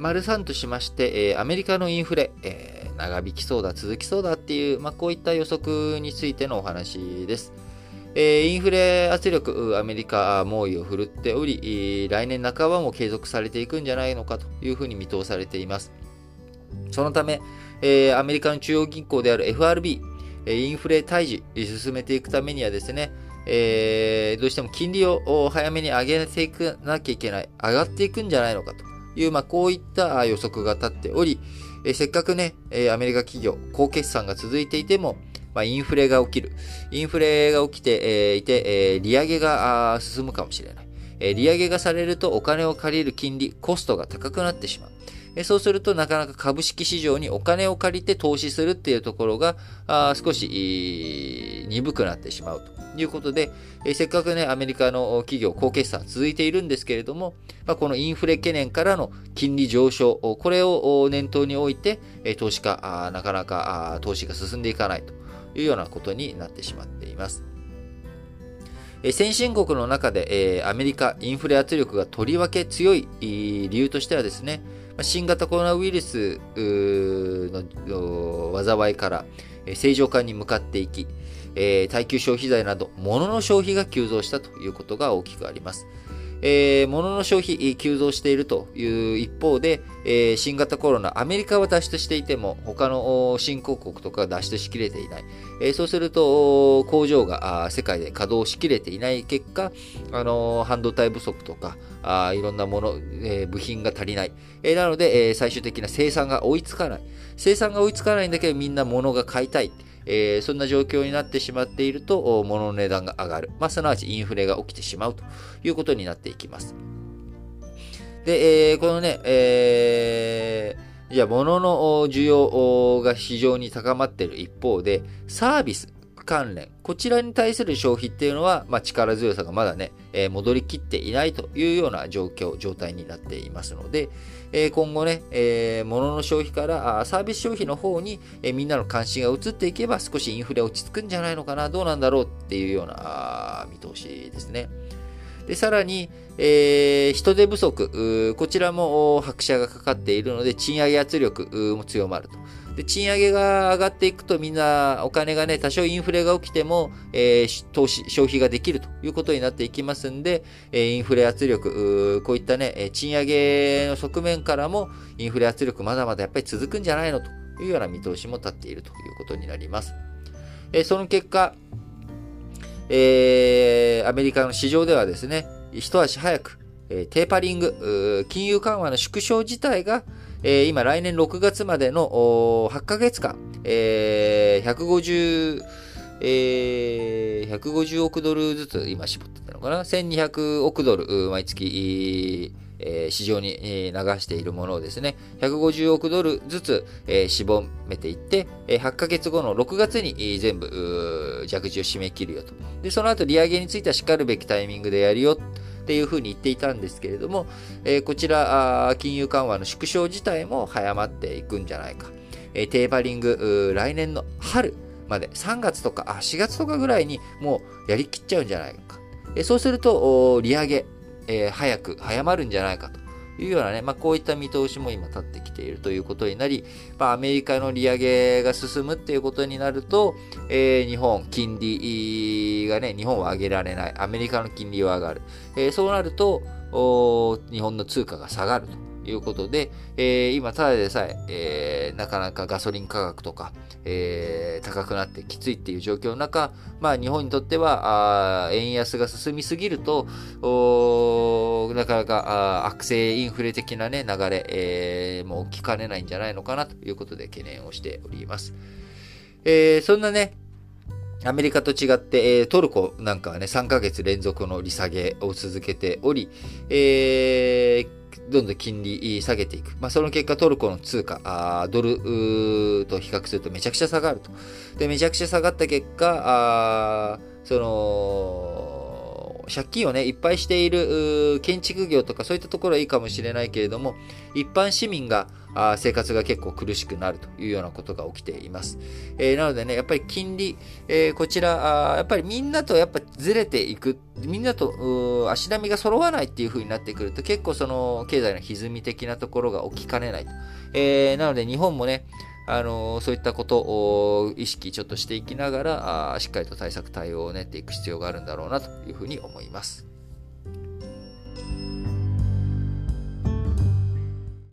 丸3としまして、アメリカのインフレ、長引きそうだ、続きそうだっていう、こういった予測についてのお話です。インフレ圧力、アメリカ猛威を振るっており、来年半ばも継続されていくんじゃないのかというふうに見通されています。そのため、アメリカの中央銀行である FRB、インフレ退治進めていくためにはですね、どうしても金利を早めに上げていかなきゃいけない、上がっていくんじゃないのかという、こういった予測が立っており、せっかくね、アメリカ企業、高決算が続いていても、インフレが起きる。インフレが起きていて、利上げが進むかもしれない。利上げがされるとお金を借りる金利、コストが高くなってしまう。そうするとなかなか株式市場にお金を借りて投資するっていうところが少し鈍くなってしまうということで、せっかくね、アメリカの企業、高決算続いているんですけれども、このインフレ懸念からの金利上昇、これを念頭に置いて、投資家、なかなか投資が進んでいかないというようなことになってしまっています。先進国の中で、アメリカインフレ圧力がとりわけ強い理由としてはですね、新型コロナウイルスの災いから正常化に向かっていき、耐久消費財など物の消費が急増したということが大きくあります。物の消費急増しているという一方で、新型コロナ、アメリカは脱出していても、他の新興国とかは脱出しきれていない。そうすると、工場が世界で稼働しきれていない結果、半導体不足とか、いろんなもの、部品が足りない。なので、最終的な生産が追いつかない。生産が追いつかないんだけど、みんな物が買いたい。そんな状況になってしまっていると、物の値段が上がる。すなわちインフレが起きてしまうということになっていきます。で、このね、じゃあ物の需要が非常に高まっている一方で、サービス関連、こちらに対する消費っていうのは、力強さがまだね、戻りきっていないというような状態になっていますので、今後ね、物の消費からサービス消費の方に、みんなの関心が移っていけば少しインフレ落ち着くんじゃないのかな、どうなんだろうっていうような見通しですね。で、さらに、人手不足、こちらも拍車がかかっているので、賃上げ圧力も強まると。で、賃上げが上がっていくとみんなお金がね、多少インフレが起きても、投資、消費ができるということになっていきますんで、インフレ圧力、こういったね、賃上げの側面からも、インフレ圧力まだまだやっぱり続くんじゃないのというような見通しも立っているということになります。その結果、アメリカの市場ではですね、一足早く、テーパリング、金融緩和の縮小自体が、今来年6月までの8ヶ月間、150億ドルずつ今絞ってたのかな ?1200 億ドル毎月、市場に流しているものをですね、150億ドルずつ絞めていって、8ヶ月後の6月に全部着地を締め切るよと。で、その後利上げについては叱るべきタイミングでやるよっていうふうに言っていたんですけれども、こちら金融緩和の縮小自体も早まっていくんじゃないか。テーパリング来年の春まで3月とか4月とかぐらいにもうやりきっちゃうんじゃないか。そうすると利上げ早まるんじゃないかというようなね、こういった見通しも今立ってきているということになり、アメリカの利上げが進むっていうことになると、日本、金利がね、日本は上げられない。アメリカの金利は上がる。そうなると、日本の通貨が下がるということで、今ただでさえなかなかガソリン価格とか、高くなってきついっていう状況の中、日本にとっては円安が進みすぎるとなかなか悪性インフレ的な、ね、流れ、もう起きかねないんじゃないのかなということで懸念をしております。そんなね、アメリカと違って、トルコなんかはね、3ヶ月連続の利下げを続けており、どんどん金利下げていく。その結果トルコの通貨、ドルと比較するとめちゃくちゃ下がると。で、めちゃくちゃ下がった結果、 借金をね、いっぱいしている建築業とかそういったところはいいかもしれないけれども、一般市民が生活が結構苦しくなるというようなことが起きています。なのでね、やっぱり金利、こちら、やっぱりみんなとやっぱずれていく、みんなと足並みが揃わないっていう風になってくると、結構その経済の歪み的なところが起きかねないと。なので日本もね、そういったことを意識ちょっとしていきながら、しっかりと対策対応を練っていく必要があるんだろうなというふうに思います。